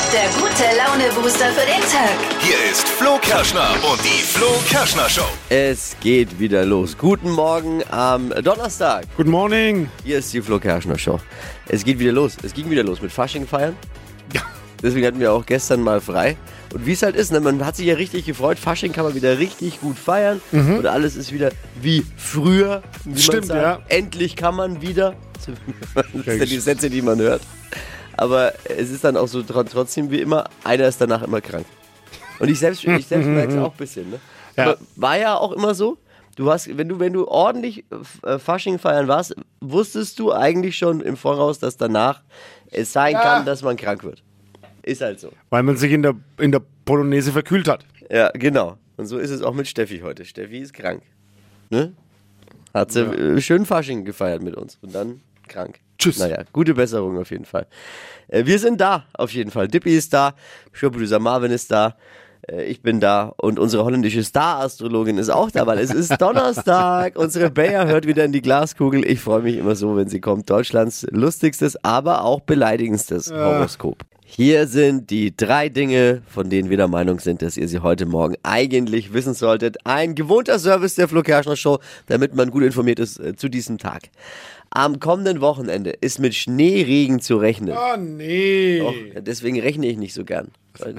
der gute Laune-Booster für den Tag. Hier ist Flo Kerschner und die Flo Kerschner Show. Es geht wieder los. Guten Morgen am Donnerstag. Good morning. Hier ist die Flo Kerschner Show. Es geht wieder los. Es ging wieder los mit Fasching feiern. Ja. Deswegen hatten wir auch gestern mal frei. Und wie es halt ist, ne? Man hat sich ja richtig gefreut. Fasching kann man wieder richtig gut feiern. Und alles ist wieder wie früher. Wie Stimmt, man sagt. ja. Endlich kann man wieder. Das sind ja die Sätze, die man hört. Aber es ist dann auch so trotzdem wie immer, einer ist danach immer krank. Und ich selbst merke es auch ein bisschen. Ne? Ja. Aber war ja auch immer so. Du hast, wenn du ordentlich Fasching feiern warst, wusstest du eigentlich schon im Voraus, dass danach es sein kann, dass man krank wird. Ist halt so. Weil man sich in der Polonaise verkühlt hat. Ja, genau. Und so ist es auch mit Steffi heute. Steffi ist krank. Ne? Hat sie schön Fasching gefeiert mit uns und dann krank. Tschüss. Naja, gute Besserung auf jeden Fall. Wir sind da, auf jeden Fall. Dippy ist da, Showproducer Marvin ist da, ich bin da und unsere holländische Star-Astrologin ist auch da, weil es ist Donnerstag. Unsere Bea hört wieder in die Glaskugel. Ich freue mich immer so, wenn sie kommt. Deutschlands lustigstes, aber auch beleidigendstes Horoskop. Hier sind die 3 Dinge, von denen wir der Meinung sind, dass ihr sie heute Morgen eigentlich wissen solltet. Ein gewohnter Service der Flo Kerschner Show, damit man gut informiert ist zu diesem Tag. Am kommenden Wochenende ist mit Schneeregen zu rechnen. Oh nee. Doch, deswegen rechne ich nicht so gern.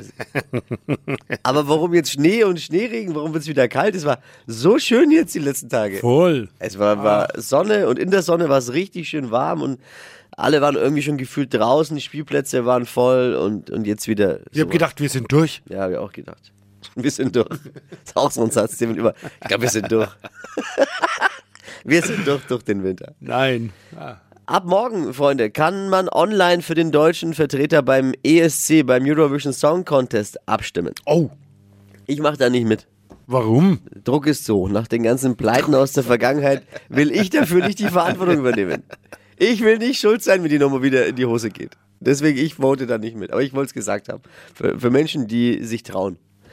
Aber warum jetzt Schnee und Schneeregen? Warum wird es wieder kalt? Es war so schön jetzt die letzten Tage. Voll. Es war Sonne und in der Sonne war es richtig schön warm und alle waren irgendwie schon gefühlt draußen, die Spielplätze waren voll und jetzt wieder. Ich habe gedacht, wir sind durch. Ja, habe ich auch gedacht. Wir sind durch. Ist auch so ein Satz, den man immer. Ich glaube, wir sind durch. Wir sind durch den Winter. Nein. Ab morgen, Freunde, kann man online für den deutschen Vertreter beim ESC, beim Eurovision Song Contest abstimmen. Oh, Ich mache da nicht mit. warum? Druck ist so. Nach den ganzen Pleiten aus der Vergangenheit will ich dafür nicht die Verantwortung übernehmen. Ich will nicht schuld sein, wenn die Nummer wieder in die Hose geht. Deswegen, ich vote da nicht mit. Aber ich wollte es gesagt haben. Für Menschen, die sich trauen.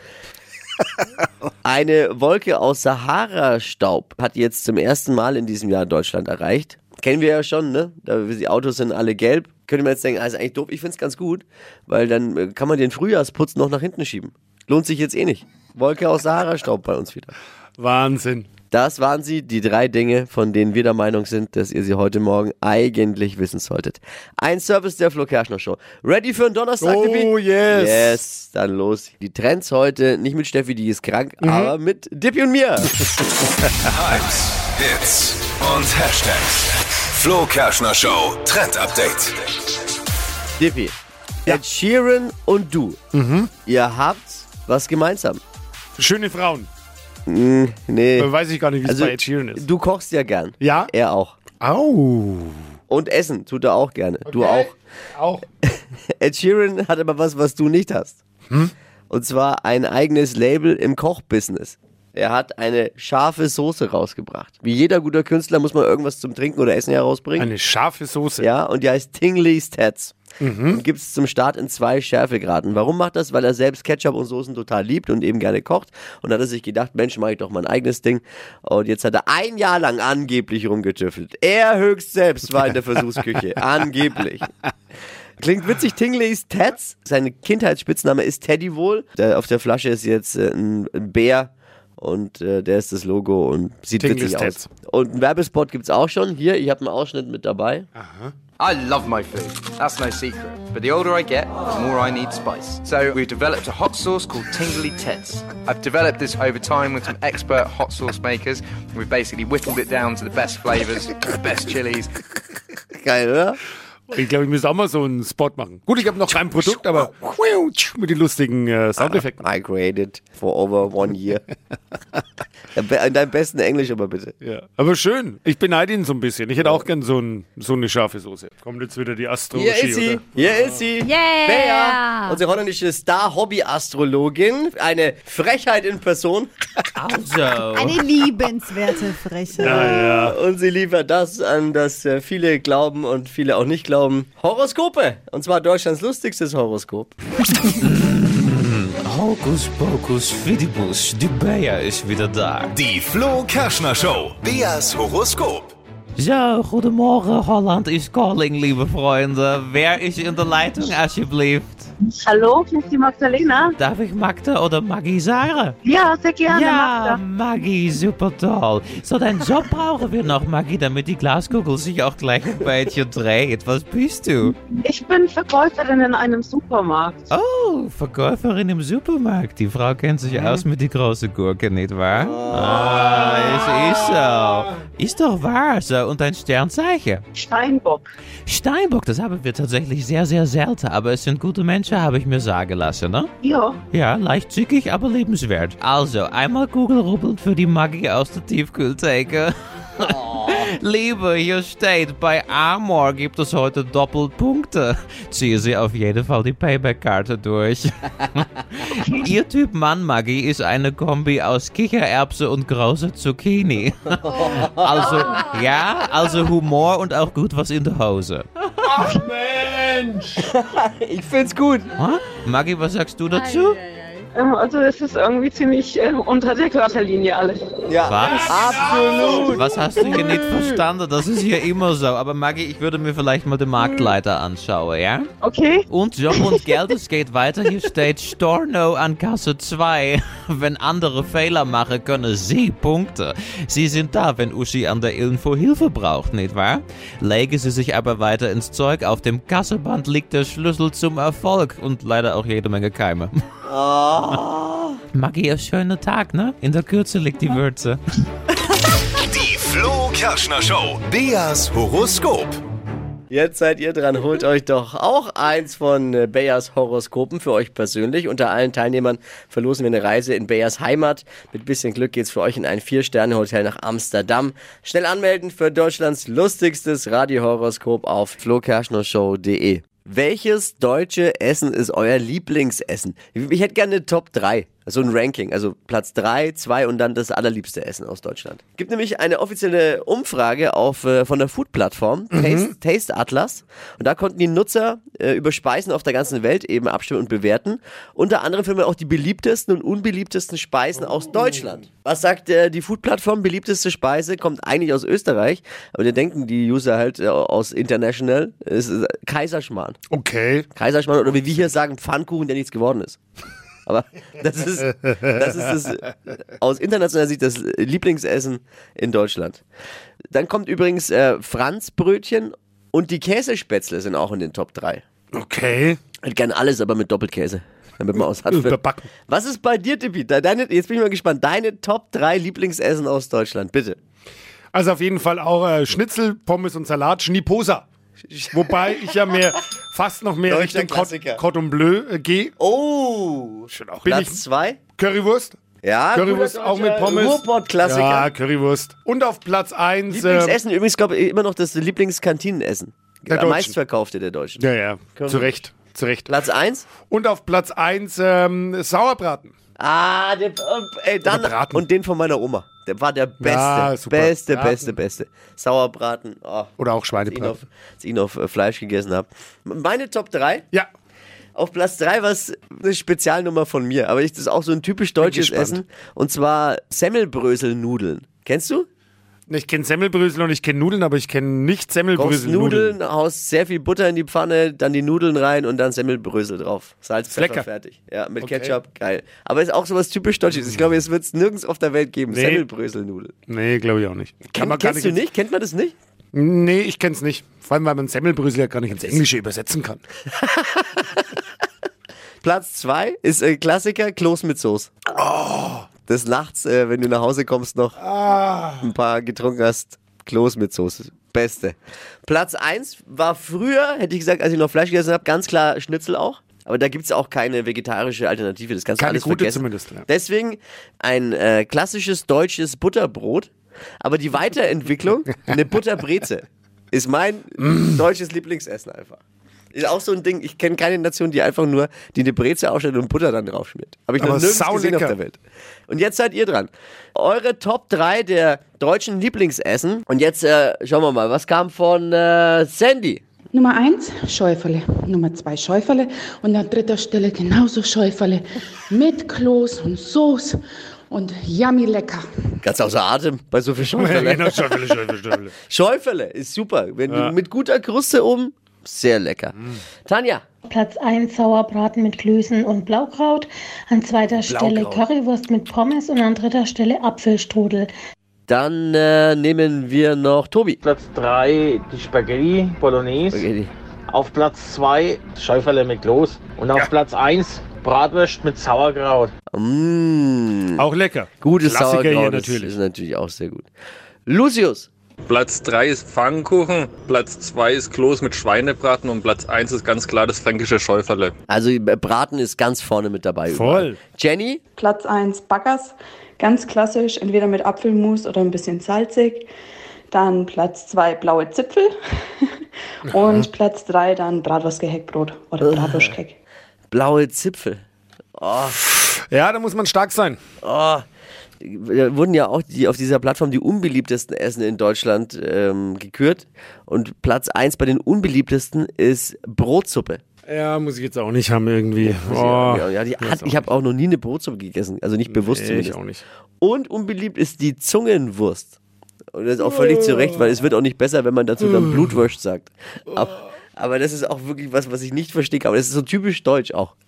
Eine Wolke aus Sahara-Staub hat jetzt zum ersten Mal in diesem Jahr Deutschland erreicht. Kennen wir ja schon, ne? Die Autos sind alle gelb. Könnte man jetzt denken, also eigentlich doof. Ich finde es ganz gut, weil dann kann man den Frühjahrsputz noch nach hinten schieben. Lohnt sich jetzt eh nicht. Wolke aus Sahara-Staub bei uns wieder. Wahnsinn. Das waren sie, die 3 Dinge, von denen wir der Meinung sind, dass ihr sie heute Morgen eigentlich wissen solltet. Ein Service der Flo Kerschner Show. Ready für einen Donnerstag, Dippy? Oh yes. Yes, dann los. Die Trends heute, nicht mit Steffi, die ist krank, aber mit Dippy und mir. Hypes, Hits und Hashtags. Flo Kerschner Show Trend Update. Dippy, Ed Sheeran und du, ihr habt was gemeinsam. Schöne Frauen. Nee. Weiß ich gar nicht, wie es bei Ed Sheeran ist. Du kochst ja gern. Ja? Er auch. Au. Und essen tut er auch gerne. Du Okay. auch. Auch. Ed Sheeran hat aber was du nicht hast. Und zwar ein eigenes Label im Kochbusiness. Er hat eine scharfe Soße rausgebracht. Wie jeder guter Künstler muss man irgendwas zum Trinken oder Essen herausbringen. Eine scharfe Soße. Ja, und die heißt Tingley's Tats. Und gibt es zum Start in 2 Schärfegraden. Warum macht das? Weil er selbst Ketchup und Soßen total liebt und eben gerne kocht. Und hat er sich gedacht, Mensch, mache ich doch mein eigenes Ding. Und jetzt hat er 1 Jahr lang angeblich rumgetüffelt. Er höchst selbst war in der Versuchsküche. Angeblich. Klingt witzig, Tingley's Tats. Sein Kindheitsspitzname ist Teddy wohl. Auf der Flasche ist jetzt ein Bär. Und der ist das Logo und sieht Tingley's witzig Tats. aus. Und einen Werbespot gibt's auch schon. Hier, ich habe einen Ausschnitt mit dabei. I love my food, that's no secret. But the older I get, the more I need spice. So we've developed a hot sauce called Tingly Teds. I've developed this over time with some expert hot sauce makers. We've basically whittled it down to the best flavors, the best chilies. Geil, oder? Ich glaube, ich müsste auch mal so einen Spot machen. Gut, ich habe noch kein Produkt, aber mit den lustigen Soundeffekten. I created for over 1 year. In deinem besten Englisch aber bitte. Ja. Aber schön. Ich beneide ihn so ein bisschen. Ich hätte auch gern so eine scharfe Soße. Kommt jetzt wieder die Astrologie, Hier ist sie. oder? Hier ist sie. Yeah. Bea, unsere holländische Star-Hobby-Astrologin. Eine Frechheit in Person. Eine liebenswerte Freche. Ja. Und sie liefert das an, das viele glauben und viele auch nicht glauben. Horoskope. Und zwar Deutschlands lustigstes Horoskop. Hokus Pokus Fidibus, die Bea ist wieder da. Die Flo Kerschner Show. Beas Horoskop. Zo, goedemorgen, Holland is calling, lieve Freunde. Wer is in de Leitung, alsjeblieft? Hallo, hier ist die Magdalena. Darf ich Magda oder Maggie sagen? Ja, sehr gerne, Ja, Magda. Maggie, super toll. So, deinen Job brauchen wir noch, Maggie, damit die Glaskugel sich auch gleich ein bisschen dreht. Was bist du? Ich bin Verkäuferin in einem Supermarkt. Oh, Verkäuferin im Supermarkt. Die Frau kennt sich aus mit die große Gurke, nicht wahr? Es ist so. Ist doch wahr, so. Und dein Sternzeichen? Steinbock. Steinbock, das haben wir tatsächlich sehr, sehr selten. Aber es sind gute Menschen, habe ich mir sagen lassen, ne? Ja. Ja, leicht zickig, aber lebenswert. Also, einmal Kugelrubbeln für die Maggie aus der Tiefkühltheke. Liebe, hier steht, bei Amor gibt es heute Doppelpunkte. Ziehe Sie auf jeden Fall die Payback-Karte durch. Ihr Typ Mann, Maggie, ist eine Kombi aus Kichererbse und großer Zucchini. Also Humor und auch gut was in der Hose. Ach Mensch! Ich find's gut. Maggie, was sagst du dazu? Also es ist irgendwie ziemlich unter der Körperlinie alles. Ja, Was? absolut. Was hast du hier nicht verstanden? Das ist hier immer so. Aber Maggie, ich würde mir vielleicht mal den Marktleiter anschauen, ja? Okay. Und Job und Geld, es geht weiter. Hier steht Storno an Kasse 2. Wenn andere Fehler machen, können Sie Punkte. Sie sind da, wenn Uschi an der Info Hilfe braucht, nicht wahr? Legen Sie sich aber weiter ins Zeug. Auf dem Kasseband liegt der Schlüssel zum Erfolg. Und leider auch jede Menge Keime. Maggie, ein schöner Tag, ne? In der Kürze liegt die Würze. Die Flo Kerschner Show. Beas Horoskop. Jetzt seid ihr dran. Holt euch doch auch eins von Beyers Horoskopen für euch persönlich. Unter allen Teilnehmern verlosen wir eine Reise in Beyers Heimat. Mit bisschen Glück geht's für euch in ein 4-Sterne-Hotel nach Amsterdam. Schnell anmelden für Deutschlands lustigstes Radiohoroskop auf flokerschnershow.de. Welches deutsche Essen ist euer Lieblingsessen? Ich hätte gerne eine Top 3, also ein Ranking, also Platz 3, 2 und dann das allerliebste Essen aus Deutschland. Gibt nämlich eine offizielle Umfrage von der Food-Plattform Taste Atlas und da konnten die Nutzer über Speisen auf der ganzen Welt eben abstimmen und bewerten. Unter anderem finden wir auch die beliebtesten und unbeliebtesten Speisen aus Deutschland. Was sagt die Food-Plattform? Beliebteste Speise kommt eigentlich aus Österreich, aber da denken die User halt aus International, es ist Kaiserschmarrn. Okay. Kaiserschmarrn oder wie wir hier sagen, Pfannkuchen, der nichts geworden ist. Aber das ist aus internationaler Sicht das Lieblingsessen in Deutschland. Dann kommt übrigens Franzbrötchen und die Käsespätzle sind auch in den Top 3. Okay. Ich gern alles, aber mit Doppelkäse. Damit man aus hat. Überbacken. Was ist bei dir, Tippi? Jetzt bin ich mal gespannt. Deine Top 3 Lieblingsessen aus Deutschland, bitte. Also auf jeden Fall auch Schnitzel, Pommes und Salat, Schniposa. Wobei ich ja fast noch mehr Deutscher Richtung Klassiker. Cordon Bleu gehe. Oh, Platz 2? Currywurst. Ja, Currywurst auch mit Pommes. Ruhrpott-Klassiker. Ja, Currywurst. Und auf Platz 1... Lieblingsessen, übrigens, glaube ich, immer noch das Lieblingskantinenessen. Der Am Deutschen. meistverkaufte der Deutschen. Ja, zu Recht. Platz 1? Und auf Platz 1 Sauerbraten. Dann Braten. und den von meiner Oma. Der war der Beste. Ja, super. Beste. Sauerbraten. Oh, Oder auch Schweinebraten. als ich ihn auf Fleisch gegessen habe. Meine Top 3. Ja. Auf Platz 3 war es eine Spezialnummer von mir. Aber das ist auch so ein typisch deutsches Essen. Und zwar Semmelbröselnudeln. Kennst du? Ich kenne Semmelbrösel und ich kenne Nudeln, aber ich kenne nicht Kochst Semmelbrösel-Nudeln. Nudeln, haust sehr viel Butter in die Pfanne, dann die Nudeln rein und dann Semmelbrösel drauf. Salz, Pfeffer, Lecker. fertig. Ja, mit Okay. Ketchup, geil. Aber ist auch sowas typisch Deutsches. Ich glaube, es wird es nirgends auf der Welt geben. Nee. Semmelbröselnudeln. Nee, glaube ich auch nicht. Kennst du nicht? Kennt man das nicht? Nee, ich kenn's nicht. Vor allem, weil man Semmelbrösel ja gar nicht ins Englische übersetzen kann. Platz 2 ist Klassiker, Kloß mit Soße. Des Nachts, wenn du nach Hause kommst, noch ein paar getrunken hast, Kloß mit Soße. Beste. Platz 1 war früher, hätte ich gesagt, als ich noch Fleisch gegessen habe, ganz klar Schnitzel auch. Aber da gibt es auch keine vegetarische Alternative. Das kannst du Keine alles gute vergessen. zumindest, ja. Deswegen ein klassisches deutsches Butterbrot. Aber die Weiterentwicklung, eine Butterbreze, ist mein deutsches Lieblingsessen einfach. Ist auch so ein Ding, ich kenne keine Nation, die einfach nur die eine Breze aufstellt und Butter dann drauf schmiert. Habe ich noch Aber nirgends gesehen saulecker. auf der Welt. Und jetzt seid ihr dran. Eure Top 3 der deutschen Lieblingsessen. Und jetzt schauen wir mal, was kam von Sandy? Nummer 1, Schäufele. Nummer 2, Schäufele. Und an dritter Stelle genauso Schäufele. Mit Kloß und Soße und yummy lecker. Ganz außer Atem bei so viel Schäufele. Genau, Schäufele. Schäufele ist super. Wenn du mit guter Kruste oben, Sehr lecker. Tanja. Platz 1 Sauerbraten mit Klößen und Blaukraut. An zweiter Stelle Currywurst mit Pommes und an dritter Stelle Apfelstrudel. Dann nehmen wir noch Tobi. Platz 3 die Spaghetti Bolognese. Spaghetti. Auf Platz 2 Schäuferle mit Kloß. Und auf Platz 1 Bratwurst mit Sauerkraut. Auch lecker. Gutes Klassiker Sauerkraut hier natürlich. Ist natürlich auch sehr gut. Lucius. Platz 3 ist Pfannkuchen, Platz 2 ist Kloß mit Schweinebraten und Platz 1 ist ganz klar das fränkische Schäuferle. Also Braten ist ganz vorne mit dabei. Voll. Überall. Jenny? Platz 1 Baggers, ganz klassisch, entweder mit Apfelmus oder ein bisschen salzig. Dann Platz 2 blaue Zipfel und Platz 3 dann Bratwurstgehackbrot oder Bratwurstkeck. Blaue Zipfel. Oh. Ja, da muss man stark sein. Oh. Da wurden ja auch auf dieser Plattform die unbeliebtesten Essen in Deutschland gekürt. Und Platz 1 bei den unbeliebtesten ist Brotsuppe. Ja, muss ich jetzt auch nicht haben irgendwie. Ich habe auch noch nie eine Brotsuppe gegessen. Also nicht bewusst zumindest. Ich auch nicht. Und unbeliebt ist die Zungenwurst. Und das ist auch völlig zu Recht, weil es wird auch nicht besser, wenn man dazu dann Blutwurst sagt. Aber das ist auch wirklich was ich nicht verstehe. Aber das ist so typisch deutsch auch.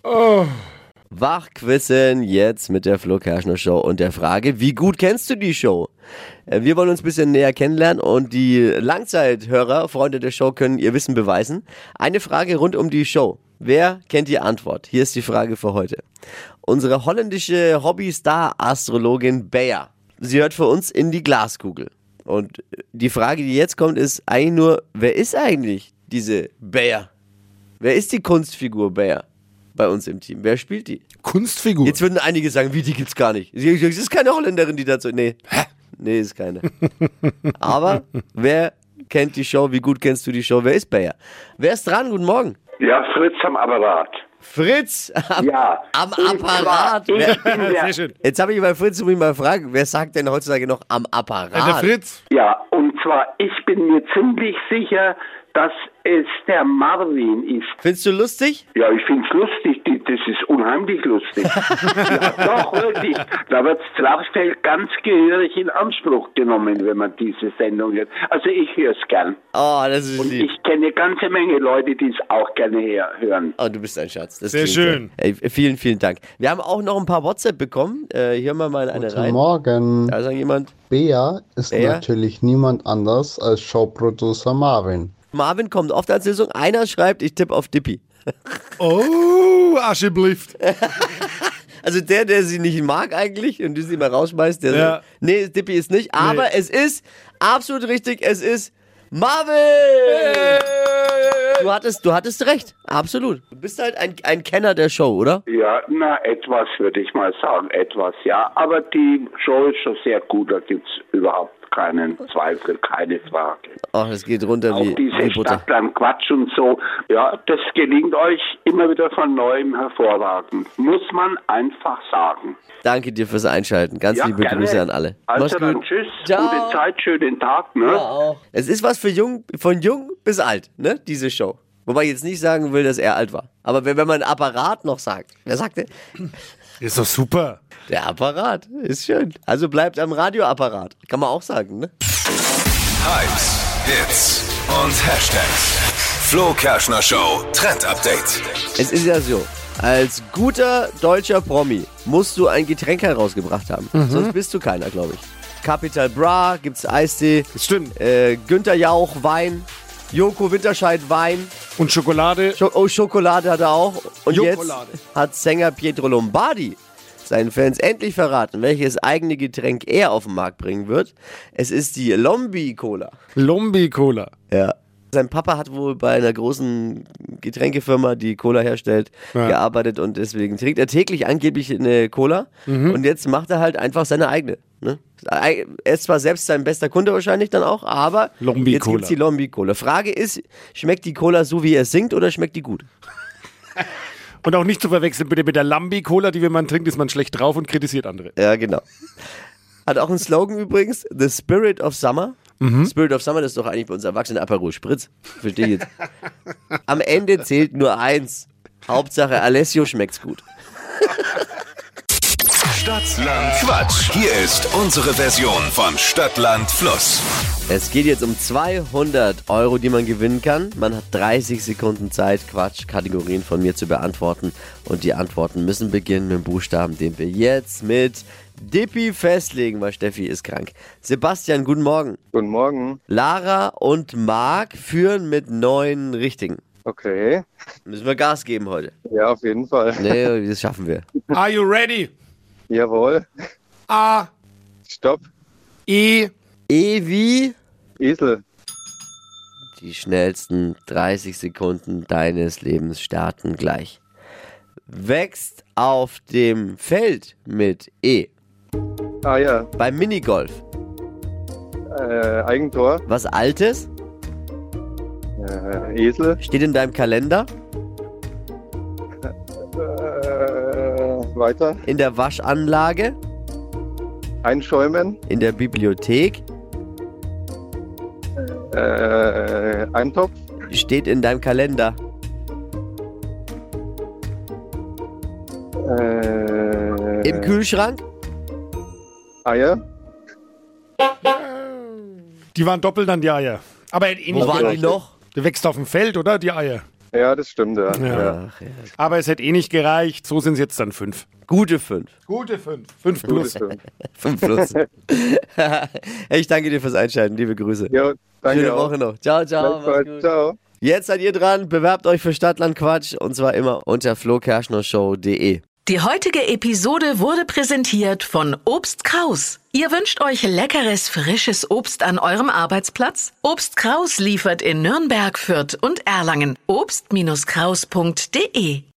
Wachquissen jetzt mit der Flo Kerschner Show und der Frage, wie gut kennst du die Show? Wir wollen uns ein bisschen näher kennenlernen und die Langzeithörer, Freunde der Show, können ihr Wissen beweisen. Eine Frage rund um die Show. Wer kennt die Antwort? Hier ist die Frage für heute. Unsere holländische Hobby-Star-Astrologin Bea. Sie hört für uns in die Glaskugel. Und die Frage, die jetzt kommt, ist eigentlich nur, wer ist eigentlich diese Bea? Wer ist die Kunstfigur Bea bei uns im Team? Wer spielt die? Kunstfigur? Jetzt würden einige sagen, wie, die gibt's gar nicht. Es ist keine Holländerin, die dazu... Nee, ist keine. Aber wer kennt die Show? Wie gut kennst du die Show? Wer ist Bea? Wer ist dran? Guten Morgen. Ja, Fritz am Apparat. Fritz am Apparat. Sehr schön. Jetzt habe ich bei Fritz mich mal gefragt, wer sagt denn heutzutage noch am Apparat? Der Fritz. Ja, und zwar, ich bin mir ziemlich sicher, dass es der Marvin ist. Findest du lustig? Ja, ich find's lustig. Das ist unheimlich lustig. Ja, doch, wirklich. Da wird Strafstell ganz gehörig in Anspruch genommen, wenn man diese Sendung hört. Also ich höre es gern. Oh, das ist und lieb. ich kenne eine ganze Menge Leute, die es auch gerne hören. Oh, du bist ein Schatz. Das sehr schön. Ey, vielen, vielen Dank. Wir haben auch noch ein paar WhatsApp bekommen. Hier hören wir mal eine rein. Guten Morgen. Da ist jemand. Bea ist natürlich niemand anders als Showproducer Marvin. Marvin kommt oft als Lösung. Einer schreibt, ich tippe auf Dippy. Oh, Ascheblift. Also der sie nicht mag eigentlich und die sie mal rausschmeißt, der so, nee, Dippy ist nicht, aber es ist absolut richtig, es ist Marvin! Du hattest recht, absolut. Du bist halt ein Kenner der Show, oder? Ja, etwas würde ich mal sagen, ja. Aber die Show ist schon sehr gut, da gibt's überhaupt keinen Zweifel, keine Frage. Ach, es geht runter auch wie diese Butter. Stadtplan Quatsch und so, ja, das gelingt euch immer wieder von Neuem hervorragend. Muss man einfach sagen. Danke dir fürs Einschalten. Ganz liebe gerne. Grüße an alle. Also dann tschüss, gute Zeit, schönen Tag. Ne? Ja, auch. Es ist was für von jung bis alt, ne, diese Show. Wobei ich jetzt nicht sagen will, dass er alt war. Aber wenn man Apparat noch sagt, wer sagte? Ist doch super. Der Apparat, ist schön. Also bleibt am Radioapparat. Kann man auch sagen, ne? Hypes, Hits und Hashtags. Flo Kerschner Show Trend Update. Es ist ja so, als guter deutscher Promi musst du ein Getränk herausgebracht haben. Sonst bist du keiner, glaube ich. Capital Bra, gibt's Eistee. Das stimmt. Günther Jauch, Wein. Joko Winterscheid, Wein. Und Schokolade. Schokolade hat er auch. Und Jokolade. Jetzt hat Sänger Pietro Lombardi seinen Fans endlich verraten, welches eigene Getränk er auf den Markt bringen wird. Es ist die Lombi Cola. Lombi Cola. Ja. Sein Papa hat wohl bei einer großen Getränkefirma, die Cola herstellt, gearbeitet und deswegen trinkt er täglich angeblich eine Cola und jetzt macht er halt einfach seine eigene. Ne? Er ist zwar selbst sein bester Kunde wahrscheinlich dann auch, aber jetzt gibt es die Lombi Cola. Frage ist, schmeckt die Cola so, wie er singt oder schmeckt die gut? Und auch nicht zu verwechseln bitte mit der Lambi Cola, die wenn man trinkt, ist man schlecht drauf und kritisiert andere. Ja, genau. Hat auch einen Slogan übrigens, The Spirit of Summer. Spirit of Summer, das ist doch eigentlich bei uns Erwachsenen Aperol Spritz. Verstehe ich jetzt. Am Ende zählt nur eins. Hauptsache Alessio schmeckt's gut. Stadtland Quatsch. Hier ist unsere Version von Stadtland Fluss. Es geht jetzt um 200 €, die man gewinnen kann. Man hat 30 Sekunden Zeit, Quatsch-Kategorien von mir zu beantworten. Und die Antworten müssen beginnen mit dem Buchstaben, den wir jetzt mit Dippi festlegen, weil Steffi ist krank. Sebastian, guten Morgen. Guten Morgen. Lara und Marc führen mit 9 Richtigen. Okay. Müssen wir Gas geben heute? Ja, auf jeden Fall. Nee, das schaffen wir. Are you ready? Jawohl. A. Stopp. E. E wie? Esel. Die schnellsten 30 Sekunden deines Lebens starten gleich. Wächst auf dem Feld mit E. Ja. Beim Minigolf. Eigentor. Was Altes? Esel. Steht in deinem Kalender? Weiter. In der Waschanlage? Einschäumen. In der Bibliothek? Eintopf. Steht in deinem Kalender? Im Kühlschrank? Eier. Die waren doppelt an die Eier. Aber Wo waren die noch? Du wächst auf dem Feld, oder? Die Eier. Ja, das stimmt, ja. Ach, ja. Aber es hätte eh nicht gereicht. So sind es jetzt dann 5. Gute 5. Gute 5. 5 plus. 5 plus. Ich danke dir fürs Einschalten. Liebe Grüße. Ja, danke Schöne auch. Woche noch. Ciao, ciao. Mach's gut. Ciao. Jetzt seid ihr dran. Bewerbt euch für Stadtland Quatsch. Und zwar immer unter flokerschnershow.de. Die heutige Episode wurde präsentiert von Obst Kraus. Ihr wünscht euch leckeres, frisches Obst an eurem Arbeitsplatz? Obst Kraus liefert in Nürnberg, Fürth und Erlangen. Obst-Kraus.de